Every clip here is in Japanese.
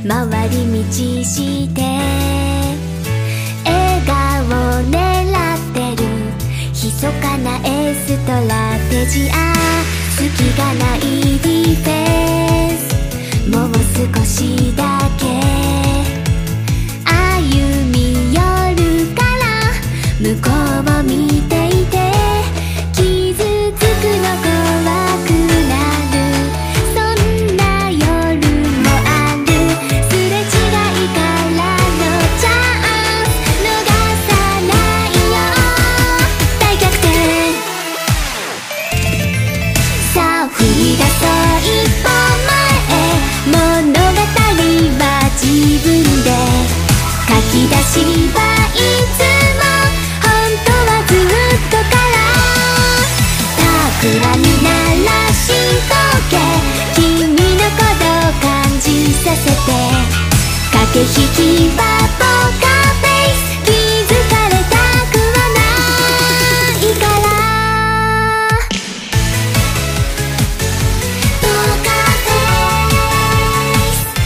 回り道して笑顔狙ってる密かなエストラテジア隙がないディフェンスもう少しだけ歩み寄るから向こうを見ていて傷つくの怖くなるそんな夜もあるすれ違いからのチャンス逃さないよ大逆転さあ踏み出そう一歩前物語は自分で書き出しはいつも本当はずっとから企みなら深呼吸君の鼓動感じさせて駆け引きはポーカーフェイス気づかれたくはないからポーカーフェイス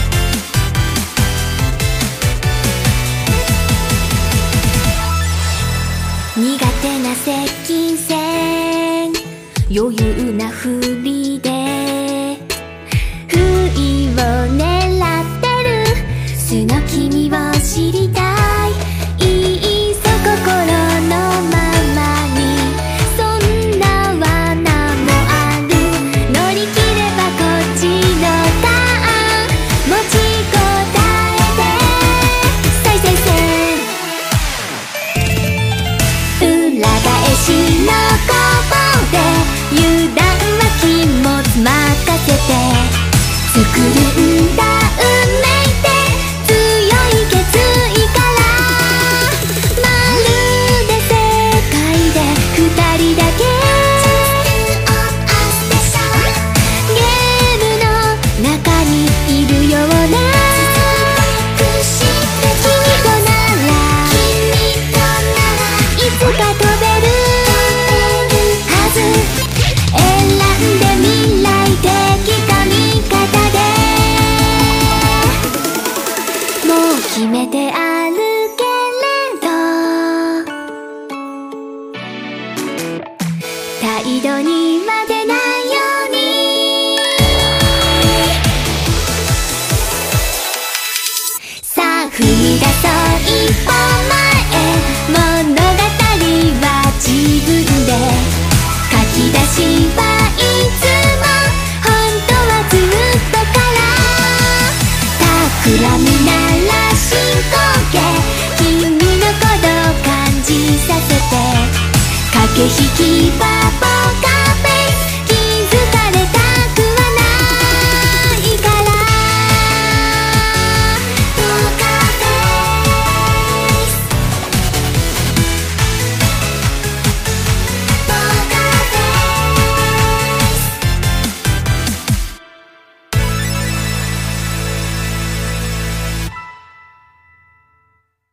苦手な接近戦余裕なふりで不意を狙ってる素の君を知りたいいっそ心のままにそんな罠もある乗り切ればこっちのターン持ちこたえて再生線裏返しの攻防で油断は禁物任せて作るんだ運命って強い決意からまるで世界で二人だけゲームの中にいるような君とならいつか飛べるはず選んで未来的髪型でもう決めてあるけれど態度には出ないようにさあ踏み出そう一歩前物語は自分で書き出しはいつも本当はずっとから企みなら深呼吸君の鼓動感じさせて駆け引きはポーカー